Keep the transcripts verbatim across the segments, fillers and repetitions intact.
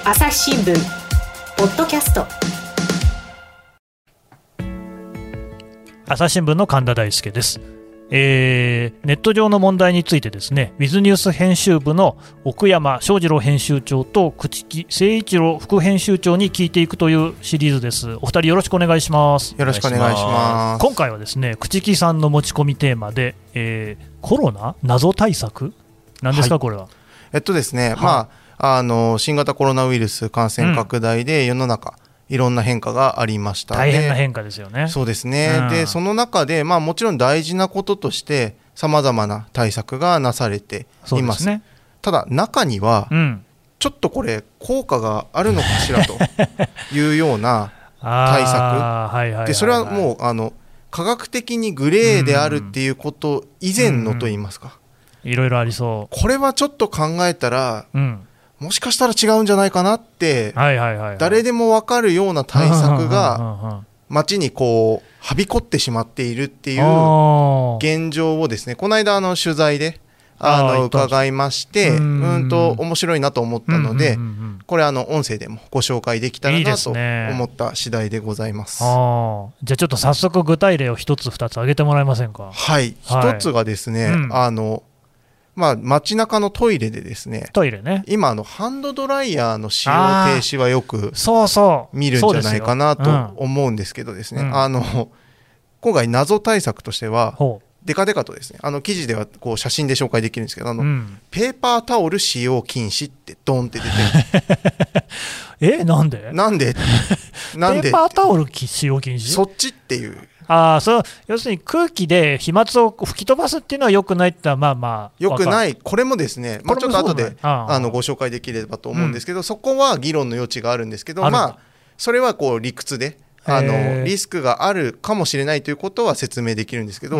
朝日新聞ポッドキャスト、 朝日新聞の神田大輔です。えー、ネット上の問題についてですね、ウィズニュース編集部の奥山翔二郎編集長と朽木誠一郎副編集長に聞いていくというシリーズです。お二人よろしくお願いします。 よろしくお願いします。 今回はですね、朽木さんの持ち込みテーマで、えー、コロナ謎対策なんですか、はい、これはえっとですね、はい、まあ、あの新型コロナウイルス感染拡大で世の中、うんいろんな変化がありました。 大変な変化ですよね。 そうですね、うん、でその中で、まあ、もちろん大事なこととしてさまざまな対策がなされています。ね、ただ中には、うん、ちょっとこれ効果があるのかしらというような対策で、それはもうあの科学的にグレーであるっていうこと以前のといいますか、 うん、いろいろありそう。 これはちょっと考えたら、うんもしかしたら違うんじゃないかなって誰でも分かるような対策が街にこうはびこってしまっているっていう現状をですね、この間あの取材であの伺いまして、うんと面白いなと思ったので、これあの音声でもご紹介できたらなと思った次第でございます。 あじゃあちょっと早速具体例を一つ二つ挙げてもらえませんか。 はい一つがですね、うん、あのまあ、街中のトイレでですね、 トイレね、 今あのハンドドライヤーの使用停止はよく見るんじゃないかなと思うんですけどですね、あの今回謎対策としてはデカデカとですね、あの記事ではこう写真で紹介できるんですけど、あの、うん、ペーパータオル使用禁止ってドンって出てるえなんでなんでなんでペーパータオル使用禁止、 そっちっていう、 あそう要するに空気で飛沫を吹き飛ばすっていうのは良くないってのはまあまあ良くない。これもですね、まあ、ちょっと後でああのご紹介できればと思うんですけど、うん、そこは議論の余地があるんですけど、まあ、それはこう理屈であのリスクがあるかもしれないということは説明できるんですけど、うん、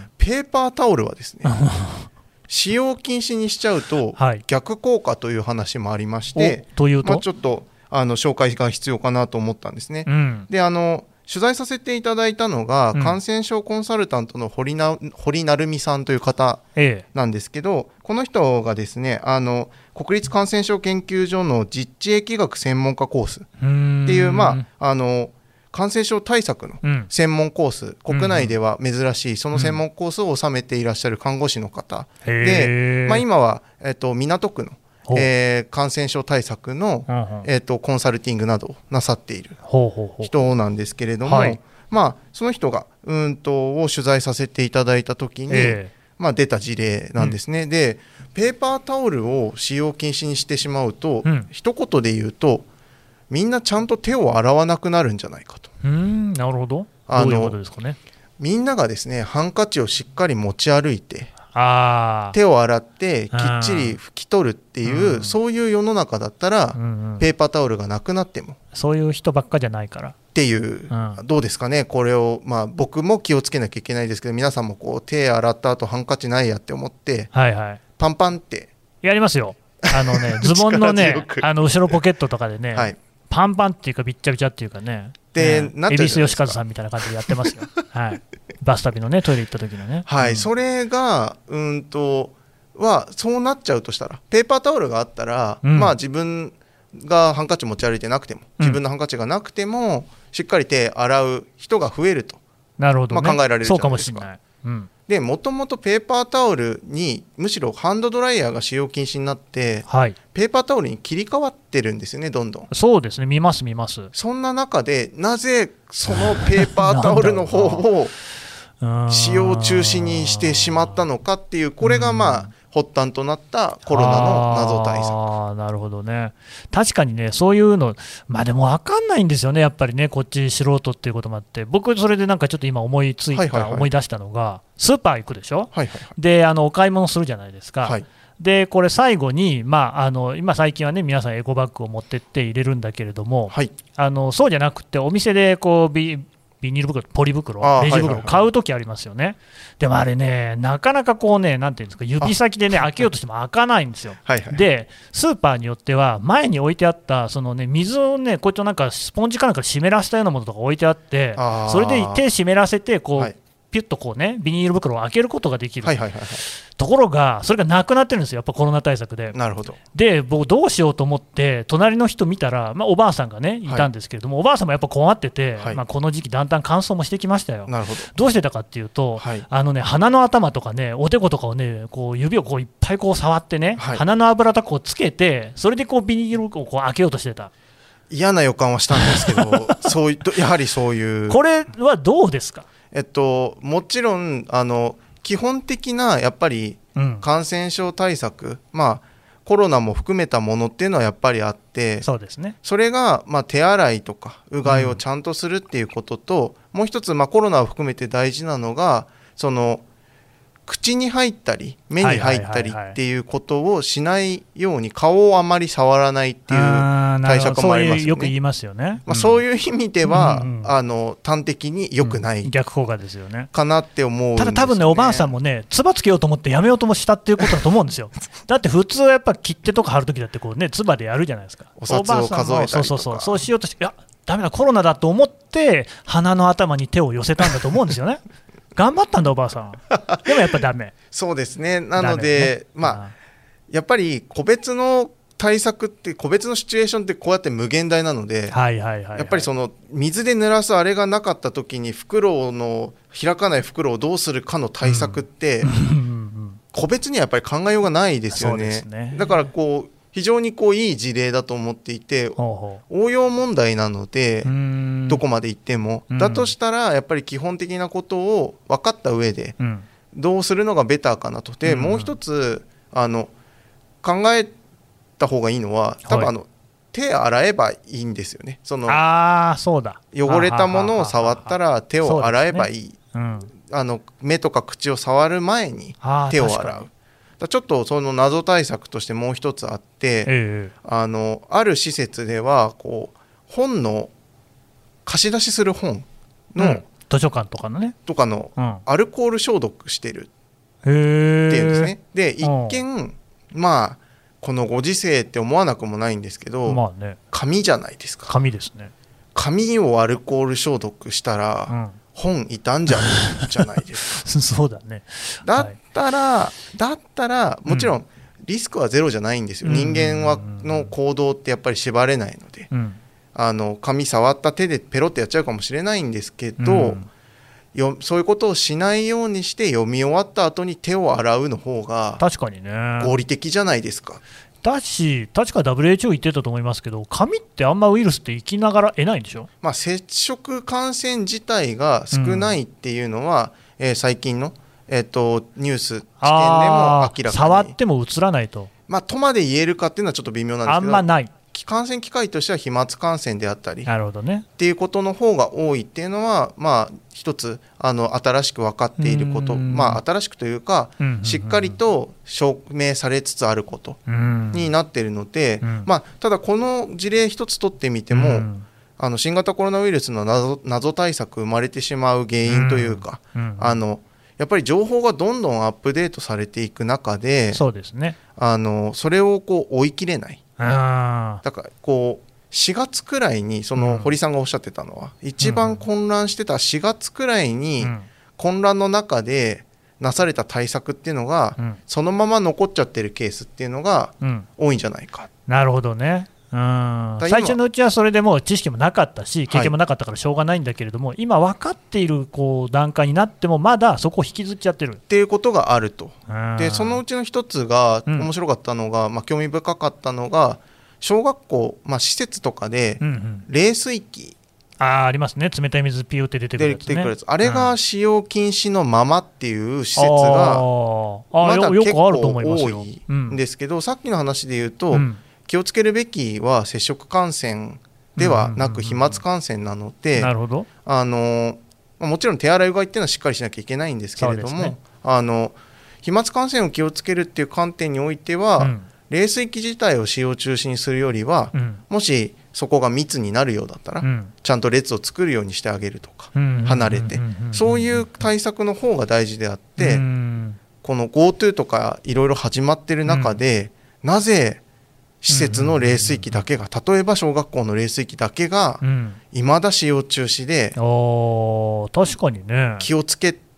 ペーパータオルはですね使用禁止にしちゃうと逆効果という話もありまして、はい、 というと、 まあ、ちょっとあの紹介が必要かなと思ったんですね、うん、であの取材させていただいたのが、うん、感染症コンサルタントの堀な堀成美さんという方なんですけど、ええ、この人がですねあの国立感染症研究所の実地疫学専門家コースっていう、まあ、あの感染症対策の専門コース、うん、国内では珍しいその専門コースを収めていらっしゃる看護師の方、うん、で、まあ、今は、えっと、港区のえー、感染症対策の、うんうんえー、とコンサルティングなどをなさっている人なんですけれども、はいまあ、その人がうんとを取材させていただいたときに、えーまあ、出た事例なんですね、うん、でペーパータオルを使用禁止にしてしまうと、うん、一言で言うとみんなちゃんと手を洗わなくなるんじゃないかと。 うーんなるほど。どういうことですかね。 みんながですねハンカチをしっかり持ち歩いてあ手を洗ってきっちり拭き取るっていう、うん、そういう世の中だったら、うんうん、ペーパータオルがなくなってもそういう人ばっかじゃないからっていう、うん、どうですかねこれを、まあ、僕も気をつけなきゃいけないですけど皆さんもこう手洗った後ハンカチないやって思って、はいはい、パンパンってやりますよ。あのねズボンのねあの後ろポケットとかでね、はい、パンパンっていうかびっちゃびちゃっていうかねで、 ね、恵比寿吉和さんみたいな感じでやってますよ、はい、バス旅のねトイレ行った時のね、 はい、 うん、 それがうんとはそうなっちゃうとしたらペーパータオルがあったら、うん、まあ自分がハンカチ持ち歩いてなくても自分のハンカチがなくても、うん、しっかり手洗う人が増えると、 なるほど、ね、 まあ、考えられるじゃないですか。 そうかもしれない、うん、 でもともとペーパータオルにむしろハンドドライヤーが使用禁止になって、はい、ペーパータオルに切り替わってるんですよねどんどん。 そうですね見ます見ます。 そんな中でなぜそのペーパータオルの方を使用中止にしてしまったのかっていう、これがまあ発端となったコロナの謎対策。 あなるほどね。確かにねそういうのまあでも分かんないんですよねやっぱりねこっち素人っていうこともあって、僕それでなんかちょっと今思いついた、はいはいはい、思い出したのがスーパー行くでしょ、はいはいはい、であのお買い物するじゃないですか、はい、でこれ最後に、まあ、あの今最近はね皆さんエコバッグを持ってって入れるんだけれども、はい、あのそうじゃなくてお店でこうビビニール袋、ポリ袋、レジ袋を買うときありますよね、はいはいはい、でもあれね、なかなかこうね、なんていうんですか、指先でね、開けようとしても開かないんですよ。はいはい、で、スーパーによっては、前に置いてあった、そのね、水をね、こういったなんかスポンジかなんか湿らせたようなものとか置いてあって、それで手湿らせて、こう、はい、 ピュッとこうねビニール袋を開けることができる、 はいはいはいはい、 ところがそれがなくなってるんですよ、やっぱコロナ対策で。 なるほど。 で僕どうしようと思って隣の人見たら、まあ、おばあさんがねいたんですけれども、はい、おばあさんもやっぱ困ってて、はい、まあ、この時期だんだん乾燥もしてきましたよ。 なるほど。 どうしてたかっていうと、はい、あのね鼻の頭とかねおでことかをねこう指をこういっぱいこう触ってね、はい、鼻の油とかをつけてそれでこうビニールをこう開けようとしてた。 嫌な予感はしたんですけどそういやはりそういう。 これはどうですか。 えっと、もちろんあの基本的なやっぱり感染症対策、うん、まあ、コロナも含めたものっていうのはやっぱりあって、 そうですね、 それがまあ手洗いとかうがいをちゃんとするっていうことと、うん、もう一つまあコロナを含めて大事なのがその口に入ったり目に入ったりっていうことをしないように顔をあまり触らないっていう対策もありますよね。 そういうよく言いますよね、 まあ、そういう意味では、うんうん、あの端的に良くない、 うん、逆効果ですよねかなって思うんですよね。 ただ多分ねおばあさんもね唾つけようと思ってやめようともしたっていうことだと思うんですよだって普通はやっぱ切手とか貼るときだってこうね唾でやるじゃないですか。 お札を数えたりとか。 そうそうそうそうしようとして、いやダメだコロナだと思って鼻の頭に手を寄せたんだと思うんですよね頑張ったんだおばあさんでもやっぱダメそうですね。なので、ね、まあやっぱり個別の対策って個別のシチュエーションってこうやって無限大なので、 はいはいはいはい、 やっぱりその水で濡らすあれがなかった時に袋の開かない袋をどうするかの対策って、うん、個別にはやっぱり考えようがないですよ ね, ですね。だからこう非常にこういい事例だと思っていて、ほうほう応用問題なのでどこまで行ってもだとしたらやっぱり基本的なことを分かった上でどうするのがベターかなと。でもう一つあの考えた方がいいのは多分あの、はい、手洗えばいいんですよね。そのあそうだ汚れたものを触ったら手を洗えばいい、ねうん、あの目とか口を触る前に手を洗う。ちょっとその謎対策としてもう一つあって、ええ、あのある施設ではこう本の貸し出しする本の、うん、 図書館とかのねとかのアルコール消毒してるっていうんですね。で一見まあこのご時世って思わなくもないんですけど、まあね、紙じゃないですか。 紙ですね。 紙をアルコール消毒したら、うん本傷んじゃうじゃないですかそうだね。 だったら、はい、だったらもちろんリスクはゼロじゃないんですよ、うん、人間はの行動ってやっぱり縛れないので、うん、あの紙触った手でペロってやっちゃうかもしれないんですけど、うん、よそういうことをしないようにして読み終わった後に手を洗うの方が確かにね合理的じゃないですか。 だし確か ダブリューエイチオー 言ってたと思いますけど紙ってあんまウイルスって生きながら得ないんでしょ、 まあ、接触感染自体が少ないっていうのは、うんえー、最近の、えー、とニュース知見でも明らかに触ってもうつらないと、 まあ、とまで言えるかっていうのはちょっと微妙なんですけどあんまない感染機会としては飛沫感染であったりなるほど、ね、 っていうことの方が多いっていうのは、まあ、一つあの新しく分かっていること、まあ、新しくというか、うんうんうん、しっかりと証明されつつあることになっているので、うんまあ、ただこの事例一つ取ってみても、うん、あの新型コロナウイルスの 謎, 謎対策生まれてしまう原因というか、うんうん、あのやっぱり情報がどんどんアップデートされていく中でそうですね、 あのそれをこう追い切れないあだからこうしがつくらいにその堀さんがおっしゃってたのは、うん、一番混乱してたしがつくらいに混乱の中でなされた対策っていうのが、うん、そのまま残っちゃってるケースっていうのが多いんじゃないか、 うん、なるほどね。うん最初のうちはそれでもう知識もなかったし経験もなかったからしょうがないんだけれども、はい、今分かっているこう段階になってもまだそこを引きずっちゃってるっていうことがあると。でそのうちの一つが面白かったのが、うんまあ、興味深かったのが小学校、まあ、施設とかで冷水器、うんうん、 あ, ありますね冷たい水ピューって出てくるやつ、ね、 やつあれが使用禁止のままっていう施設がまだ結構多いんですけど、さっきの話で言うと、うん、気をつけるべきは接触感染ではなく飛沫感染なので、 なるほどあのもちろん手洗いうがいっていうのはしっかりしなきゃいけないんですけれども、ね、あの飛沫感染を気をつけるっていう観点においては、うん冷水器自体を使用中止にするよりは、うん、もしそこが密になるようだったら、うん、ちゃんと列を作るようにしてあげるとか、うん、離れてそういう対策の方が大事であって、うん、この GoTo とかいろいろ始まってる中で、うん、なぜ施設の冷水器だけが例えば小学校の冷水器だけがいまだ使用中止で、 うん、確かにね気をつけ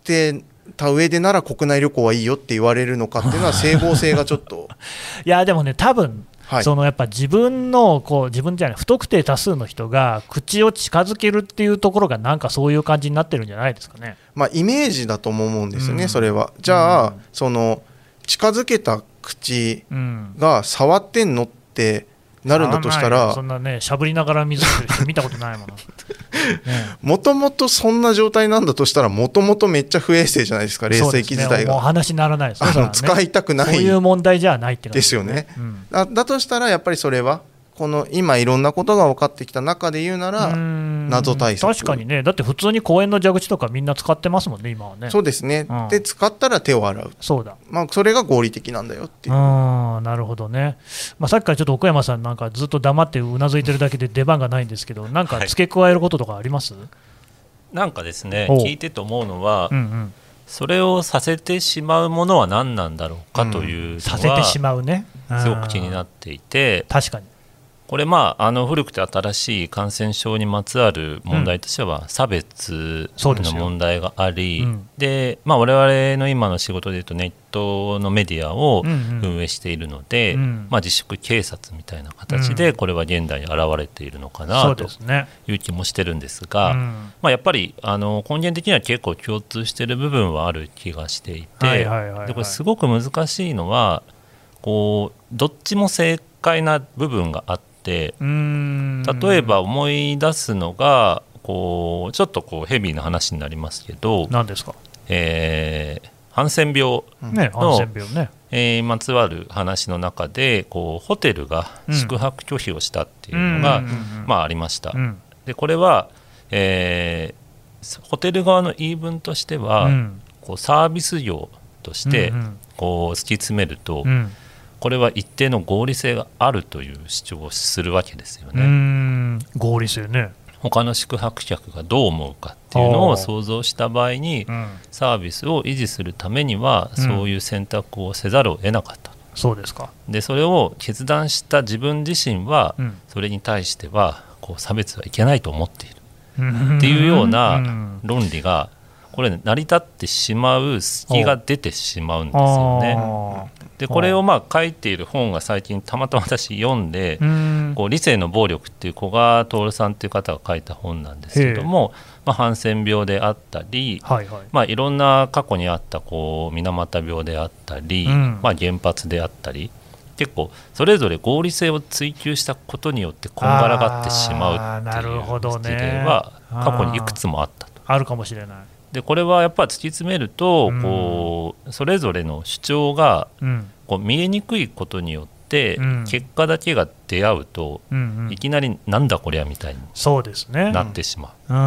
ってた上でなら国内旅行はいいよって言われるのかっていうのは整合性がちょっといやでもね多分、はい、そのやっぱ自分のこう自分じゃない不特定多数の人が口を近づけるっていうところがなんかそういう感じになってるんじゃないですかね。 まあイメージだとも思うんですよね、うん、それは。じゃあ、うん、その近づけた口が触ってんのってなるんだとしたら、 そんなねしゃぶりながら水飲んでる人見たことないものもともとそんな状態なんだとしたらもともとめっちゃ不衛生じゃないですか、冷水器自体が。 もう話にならないですね、 あの使いたくない、 そういう問題じゃないってですよね、うん、だ, だとしたらやっぱりそれはこの今いろんなことが分かってきた中で言うなら謎対策。 確かにね、だって普通に公園の蛇口とかみんな使ってますもんね今はね。 そうですね、うん、で使ったら手を洗う。 そうだ、 まあ、それが合理的なんだよっていう。 あなるほどね、まあ、さっきからちょっと奥山さんなんかずっと黙ってうなずいてるだけで出番がないんですけど、なんか付け加えることとかあります？はい、 なんかですね聞いてと思うのは、うんうん、それをさせてしまうものは何なんだろうかというのは、うん、 させてしまうね、 すごく気になっていて、 確かにこれ、まあ、あの古くて新しい感染症にまつわる問題としては差別の問題があり、うん、で、まあ、我々の今の仕事でいうとネットのメディアを運営しているので、うんうんまあ、自粛警察みたいな形でこれは現代に現れているのかなという気もしてるんですが、うんまあ、やっぱりあの根源的には結構共通している部分はある気がしていて、でこれすごく難しいのはこうどっちも正解な部分があって、例えば思い出すのがこうちょっとこうヘビーな話になりますけど、 何ですか、 えー、ハンセン病のえまつわる話の中でこうホテルが宿泊拒否をしたっていうのが、まあ、ありました。でこれは、えー、ホテル側の言い分としては、うん、こうサービス業としてこう突き詰めると、うんこれは一定の合理性があるという主張をするわけですよね。うーん合理性ね。 他の宿泊客がどう思うかっていうのを想像した場合に、うん、サービスを維持するためにはそういう選択をせざるを得なかった、うん、 そうですか。 でそれを決断した自分自身は、うん、それに対してはこう差別はいけないと思っている、うん、っていうような論理がこれ成り立ってしまう隙が出てしまうんですよね。でこれをまあ書いている本が最近たまたま私読んで、こう理性の暴力っていう古賀徹さんっていう方が書いた本なんですけども、まあ、ハンセン病であったり、はいはいまあ、いろんな過去にあったこう水俣病であったり、うんまあ、原発であったり結構それぞれ合理性を追求したことによってこんがらがってしまうっていう事例は過去にいくつもあったと。 あるかもしれない。 でこれはやっぱり突き詰めると、うん、こうそれぞれの主張が、うん、こう見えにくいことによって、うん、結果だけが出会うと、うんうん、いきなりなんだこりゃみたいになってしまう。 そうですね。うん、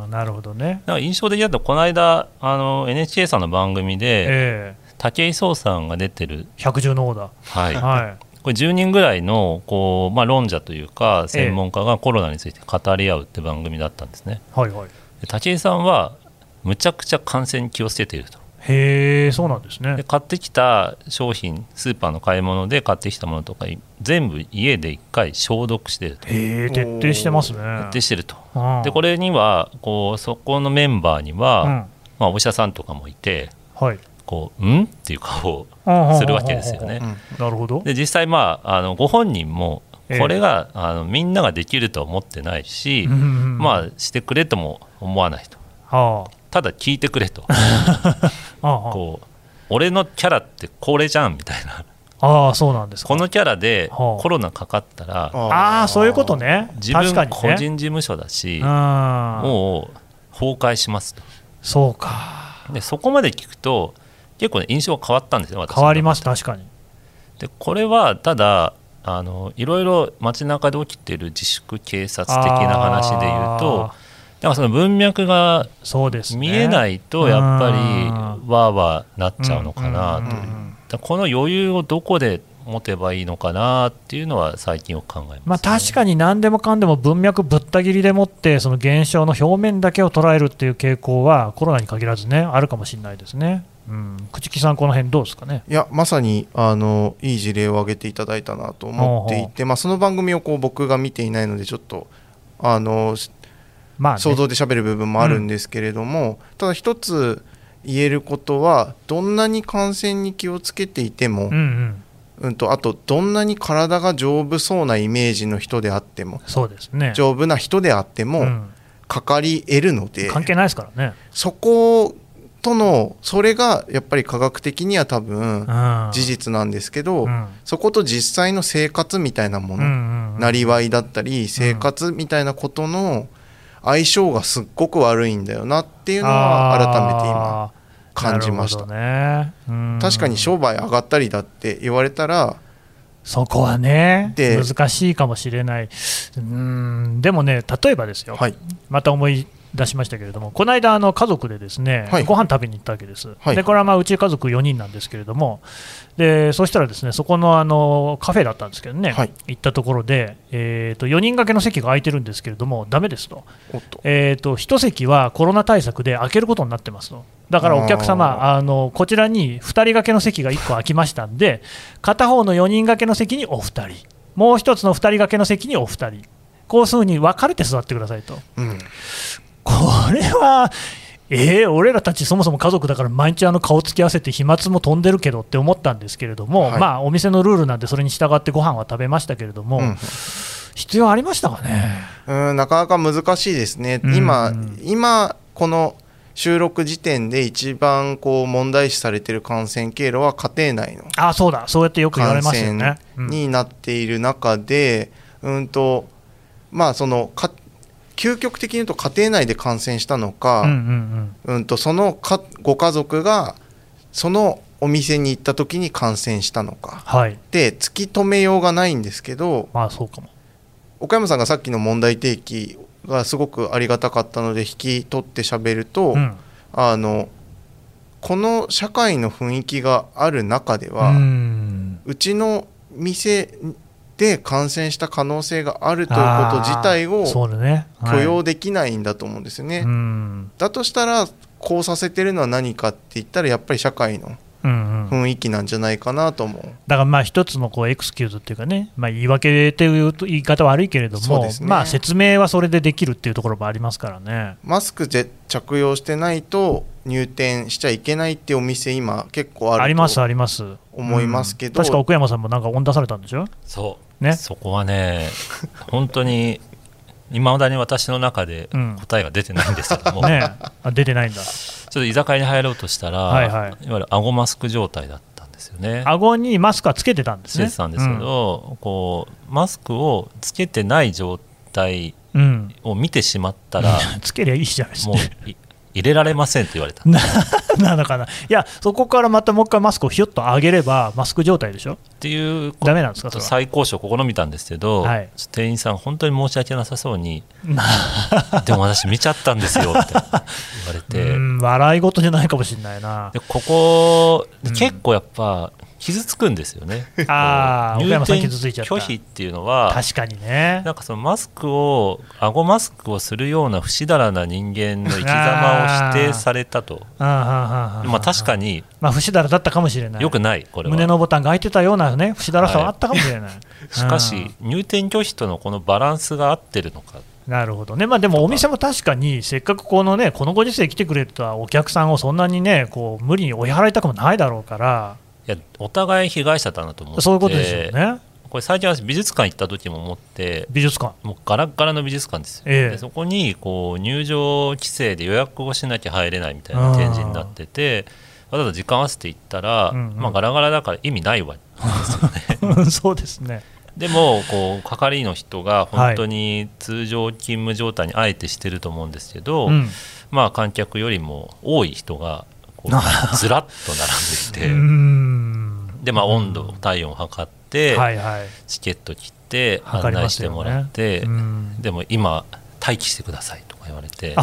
なるほどね。 だから印象的だとこの間あの エヌエイチケー さんの番組で、えー、武井壮さんが出てる百獣の王だ、 はいはい、これじゅうにんぐらいのこう、まあ、論者というか専門家がコロナについて語り合うって番組だったんですね、えーはいはい、で武井さんはむちゃくちゃ感染に気をつけていると。 へー、そうなんですね。 で買ってきた商品スーパーの買い物で買ってきたものとか全部家で一回消毒していると。 へー、徹底してますね。徹底してると。でこれにはこうそこのメンバーには、うんまあ、お医者さんとかもいて、はい、こううんっていう顔をするわけですよね。 なるほど。 で実際、まあ、あのご本人もこれが、えー、あのみんなができるとは思ってないし、うんうんうんまあ、してくれとも思わないと。はあただ聞いてくれとこう俺のキャラってこれじゃんみたいな。 ああそうなんですか。 このキャラでコロナかかったら、はあ、ああそういうことね。 自分個人事務所だし、ね、もう崩壊しますと。 そうか。 でそこまで聞くと結構、ね、印象が変わったんですよ。私変わります確かに。 でこれはただあのいろいろ街中で起きている自粛警察的な話でいうとだからその文脈が見えないとやっぱりわーわーなっちゃうのかなという、この余裕をどこで持てばいいのかなっていうのは最近よく考えます、ね。 まあ、確かに何でもかんでも文脈ぶった切りでもってその現象の表面だけを捉えるっていう傾向はコロナに限らずねあるかもしれないですね。うん、朽木さんこの辺どうですかね。 いやまさにあのいい事例を挙げていただいたなと思っていて、まあ、その番組をこう僕が見ていないのでちょっとあのまあね、 想像で喋る部分もあるんですけれども、うん、ただ一つ言えることはどんなに感染に気をつけていても、うんうんうん、とあとどんなに体が丈夫そうなイメージの人であっても、 そうですね、 丈夫な人であっても、うん、かかり得るので、 関係ないですからね。 そことのそれがやっぱり科学的には多分事実なんですけど、うん、そこと実際の生活みたいなもの、うんうんうん、なりわいだったり生活みたいなことの相性がすっごく悪いんだよなっていうのは改めて今感じました、 ね、うん、 確かに商売上がったりだって言われたらそこはね難しいかもしれない。うーんでもね、例えばですよ、はい、また思い出しましたけれども、この間あの家族でですね、はい、ご飯食べに行ったわけです、はい、でこれはまあうち家族よにんなんですけれども、でそうしたらですねそこのあのカフェだったんですけどね、はい、行ったところで、えー、とよにん掛けの席が空いてるんですけれどもダメですと、えー、といち席はコロナ対策で空けることになってますと。だからお客様あのこちらにふたり掛けの席がいっこ空きましたんで、片方のよにん掛けの席におふたり、もう一つのふたり掛けの席におふたり、こうするに分かれて座ってくださいと、うん、これはえー、俺らたちそもそも家族だから毎日あの顔つき合わせて飛沫も飛んでるけどって思ったんですけれども、はい、まあお店のルールなんでそれに従ってご飯は食べましたけれども、うん、必要ありましたかね。 うん、なかなか難しいですね、うん、今, 今この収録時点で一番こう問題視されている感染経路は家庭内のあそうだそうやってよく言われますよね、 感染になっている中で、うんとまあそのか究極的に言うと家庭内で感染したのか、うんうんうんうん、とそのかご家族がそのお店に行った時に感染したのか、はい、で突き止めようがないんですけど、 まあそうかも。 岡山さんがさっきの問題提起がすごくありがたかったので引き取ってしゃべると、うん、あのこの社会の雰囲気がある中では、うん、うちの店で感染した可能性があるということ自体を許容できないんだと思うんですよね、はい、うんだとしたらこうさせてるのは何かって言ったらやっぱり社会の雰囲気なんじゃないかなと思う、うんうん、 だからまあ一つのこうエクスキューズっていうかね、まあ、言い訳という言い方は悪いけれども、ね、まあ説明はそれでできるっていうところもありますからね。 マスクで着用してないと入店しちゃいけないってお店今結構あるとありますあります思いますけど、 うん、確か奥山さんもなんか恩出されたんでしょ。 そう、ね、そこはね本当に未だに私の中で答えが出てないんですけども、うんね、 あ出てないんだ。 ちょっと居酒屋に入ろうとしたら、はいはい、いわゆる顎マスク状態だったんですよね。 顎にマスクはつけてたんですね。 つけてたんですけど、うん、こうマスクをつけてない状態を見てしまったら、 うん、つけりゃいいじゃないですか、 もう入れられませんって言われたなのかな。いやそこからまたもう一回マスクをひょっと上げればマスク状態でしょっていうダメなんですか。それは再交渉を試みたんですけど、はい、店員さん本当に申し訳なさそうにでも私見ちゃったんですよって言われてうん笑い事じゃないかもしれないな。 でここ、うん、結構やっぱ傷つくんですよね。 あ入店拒否っていうのは確かにね、 なんかそのマスクを顎マスクをするような不死だらな人間の生き様を否定されたと。あまあ確かに、 まあ、不死だらだったかもしれない。 よくないこれは。 胸のボタンが開いてたようなね不死だらさはあったかもしれない、はい、 しかし入店拒否とのこのバランスが合ってるのか。 なるほどね、まあ、でもお店も確かにせっかくこのねこのご時世来てくれたお客さんをそんなにねこう無理に追い払いたくもないだろうから。 いやお互い被害者だなと思って。 そういうことですよね。 これ最近は美術館行った時も思って、 美術館もうガラッガラの美術館ですよ、ええ、でそこにこう入場規制で予約をしなきゃ入れないみたいな展示になってて、わざわざ時間合わせて行ったら、うんうんまあ、ガラガラだから意味ないわけですよねそうですね。 でもこう係の人が本当に通常勤務状態にあえてしてると思うんですけど、はいまあ、観客よりも多い人がこうずらっと並んでいてうーんで、まあ、温度体温を測って、はいはい、チケット切って案内してもらって、ね、でも今待機してくださいとか言われて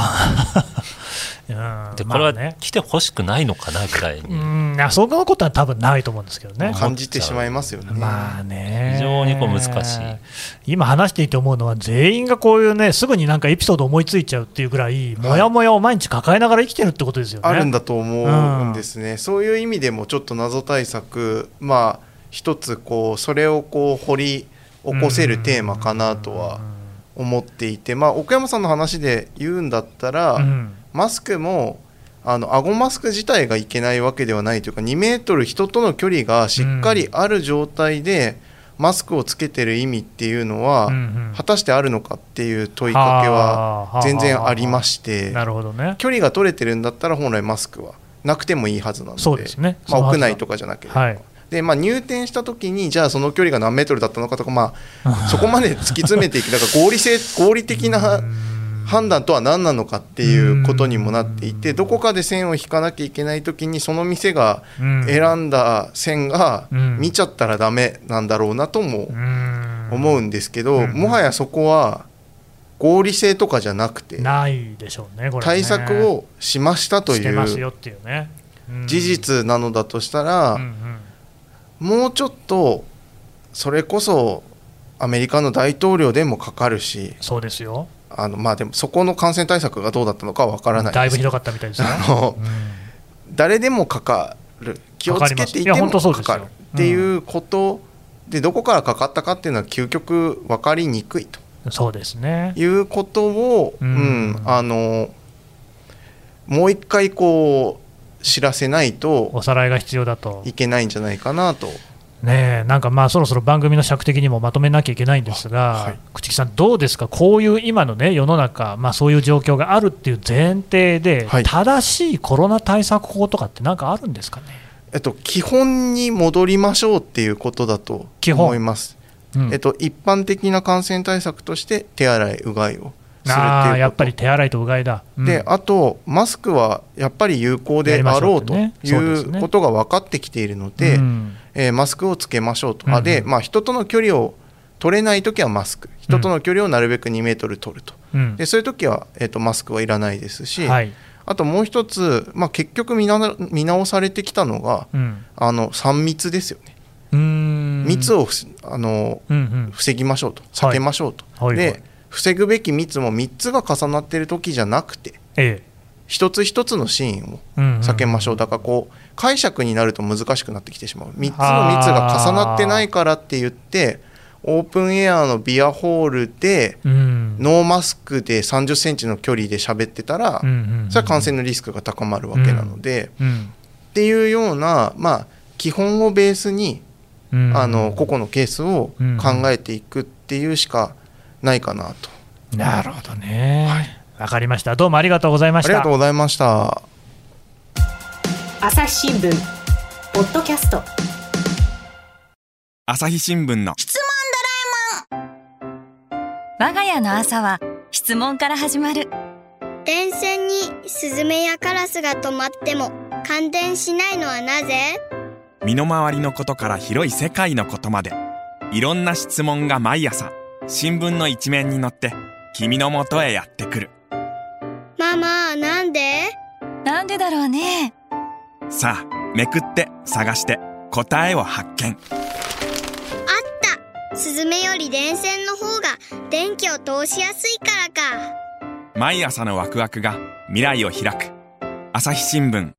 でこれは来てほしくないのかなぐらいに、 うんいやそんなことは多分ないと思うんですけどね。 感じてしまいますよね。 まあね非常にこう難しい。 今話していて思うのは全員がこういうねすぐになんかエピソード思いついちゃうっていうぐらいもやもやを毎日抱えながら生きてるってことですよね。 あるんだと思うんですね、うん、そういう意味でもちょっと謎対策まあ一つこうそれをこう掘り起こせるテーマかなとは思っていて、まあ、奥山さんの話で言うんだったら、うん、マスクもあの顎マスク自体がいけないわけではないというか、にメートル人との距離がしっかりある状態でマスクをつけてる意味っていうのは、うんうん、果たしてあるのかっていう問いかけは全然ありまして、 なるほどね、 距離が取れてるんだったら本来マスクはなくてもいいはずなので、 そうですね、 まあ、屋内とかじゃなければ、はい、でまあ、入店した時にじゃあその距離が何メートルだったのかとか、まあ、そこまで突き詰めていくだから合理性合理的な判断とは何なのかっていうことにもなっていて、どこかで線を引かなきゃいけない時にその店が選んだ線が見ちゃったらダメなんだろうなとも思うんですけど、もはやそこは合理性とかじゃなくてないでしょうね、これね、 対策をしましたという事実なのだとしたら、もうちょっとそれこそアメリカの大統領でもかかるし、 そうですよ、 あのまあでもそこの感染対策がどうだったのかは分からないです。 だいぶひどかったみたいですね。 あの、うん、誰でもかかる、気をつけていてもかかるっていうことで、どこからかかったかっていうのは究極分かりにくいと、 そうですね、 いうことを、うんうん、あのもう一回こう知らせないとおさらいが必要だといけないんじゃないかなと。 ねえ、なんかまあそろそろ番組の尺的にもまとめなきゃいけないんですが、はい、朽木さんどうですか、こういう今の、ね、世の中、まあ、そういう状況があるっていう前提で、はい、正しいコロナ対策法とかって何かあるんですかね。 えっと、基本に戻りましょうっていうことだと思います。うん、えっと、一般的な感染対策として手洗いうがいをするっていうこと。 あ、やっぱり手洗いとうがいだ、うん、 であとマスクはやっぱり有効であろうということが分かってきているので、うん、えー、マスクをつけましょうと、うんうん、で、まあ、人との距離を取れないときはマスク、人との距離をなるべくにメートル取ると、うん、でそういうときは、えーと、マスクはいらないですし、はい、あともう一つ、まあ、結局見な見直されてきたのが、うん、あのさん密ですよね。うーん、密をあの、うんうん、防ぎましょうと、避けましょうと、はいはいはい、で防ぐべき密もみっつが重なっているときじゃなくて、ええ、一つ一つのシーンを避けましょう、うんうんうん、だからこう解釈になると難しくなってきてしまう。みっつの密が重なってないからって言ってオープンエアのビアホールで、うん、ノーマスクでさんじゅっセンチの距離で喋ってたら、うんうんうん、それは感染のリスクが高まるわけなので、うんうん、っていうような、まあ、基本をベースに、うん、あの個々のケースを考えていくっていうしかないかなと。 なるほどね、はい、わかりました。どうもありがとうございました。 ありがとうございました。 朝日新聞ポッドキャスト、 朝日新聞の質問ドラえもん。我が家の朝は質問から始まる。 電線にスズメやカラスが止まっても感電しないのはなぜ？ 身の回りのことから広い世界のことまで、いろんな質問が毎朝新聞の一面に載って君の元へやってくる。 ママ、なんで？ なんでだろうね。 さあめくって探して答えを発見。 あった。スズメより電線の方が電気を通しやすいからか。 毎朝のワクワクが未来を開く。朝日新聞。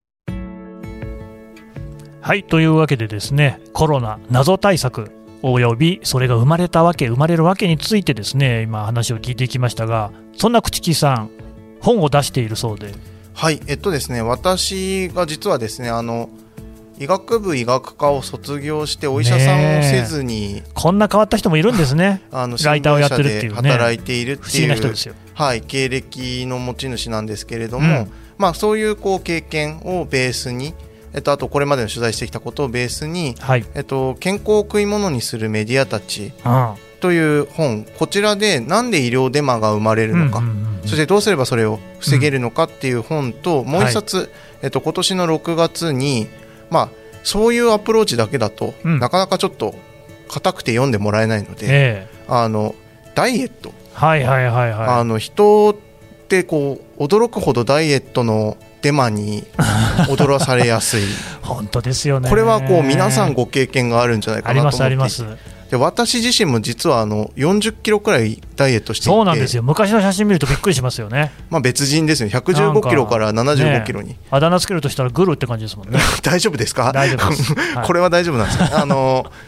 はい、というわけでですね、コロナ謎対策およびそれが生まれたわけ生まれるわけについてですね、今話を聞いていきましたが、そんな朽木さん本を出しているそうで。 はい、えっとですね、私が実はですね、あの医学部医学科を卒業してお医者さんをせずに、 こんな変わった人もいるんですね。 あの新聞社で働いているっていう、不思議な人ですよ。はい、経歴の持ち主なんですけれども、うん、まあ、そういうこう経験をベースに、えっと、あとこれまでの取材してきたことをベースに、はい、えっと、健康を食い物にするメディアたちという本、こちらでなんで医療デマが生まれるのか、うんうんうんうん、そしてどうすればそれを防げるのかっていう本と、うん、もう一冊、はい、えっと、今年のろくがつに、まあ、そういうアプローチだけだと、うん、なかなかちょっと硬くて読んでもらえないので、えー、あのダイエット、はいはいはいはい、あの人ってこう驚くほどダイエットのデマに踊らされやすい本当ですよね。 これはこう皆さんご経験があるんじゃないかなと思っていて、 ありますあります。 で私自身も実はあのよんじゅっキロくらいダイエットしていて、 そうなんですよ。昔の写真見るとびっくりしますよね。 まあ別人ですね。ひゃくじゅうごキロからななじゅうごキロに、ね、 あだ名つけるとしたらグルって感じですもんね。 大丈夫ですか？ 大丈夫です、はい、 これは大丈夫なんですか？あの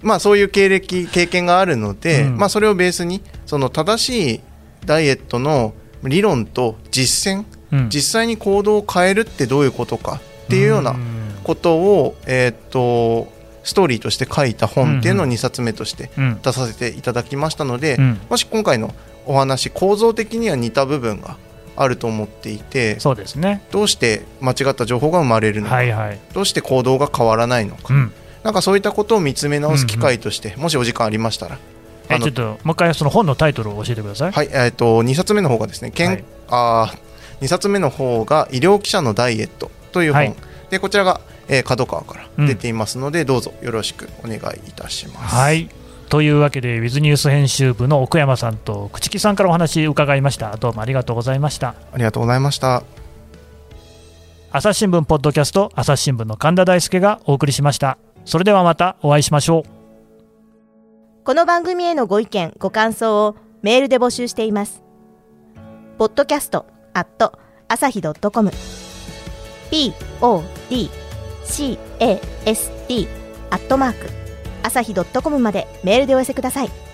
まあ、そういう経歴経験があるので、うんまあ、それをベースにその正しいダイエットの理論と実践、うん、実際に行動を変えるってどういうことかっていうようなことを、えー、っとストーリーとして書いた本っていうのをにさつめとして出させていただきましたので、うん、もし今回のお話構造的には似た部分があると思っていて、 そうですね、 どうして間違った情報が生まれるのか、はいはい、どうして行動が変わらないのか、うん、なんかそういったことを見つめ直す機会として、うんうん、もしお時間ありましたらえちょっともう一回その本のタイトルを教えてください。 はい、えー、とにさつめの方がですね、けん、はい、あにさつめの方が医療記者のダイエットという本、はい、でこちらが、えー、角川から出ていますので、うん、どうぞよろしくお願いいたします。 はい、というわけでウィズニュース編集部の奥山さんと朽木さんからお話伺いました。どうもありがとうございました。 ありがとうございました。 朝日新聞ポッドキャスト、朝日新聞の神田大輔がお送りしました。それではまたお会いしましょう。 この番組へのご意見ご感想をメールで募集しています。ポッドキャストアット朝日ドットコム ポッドキャスト アットマーク朝日ドットコムまでメールでお寄せください。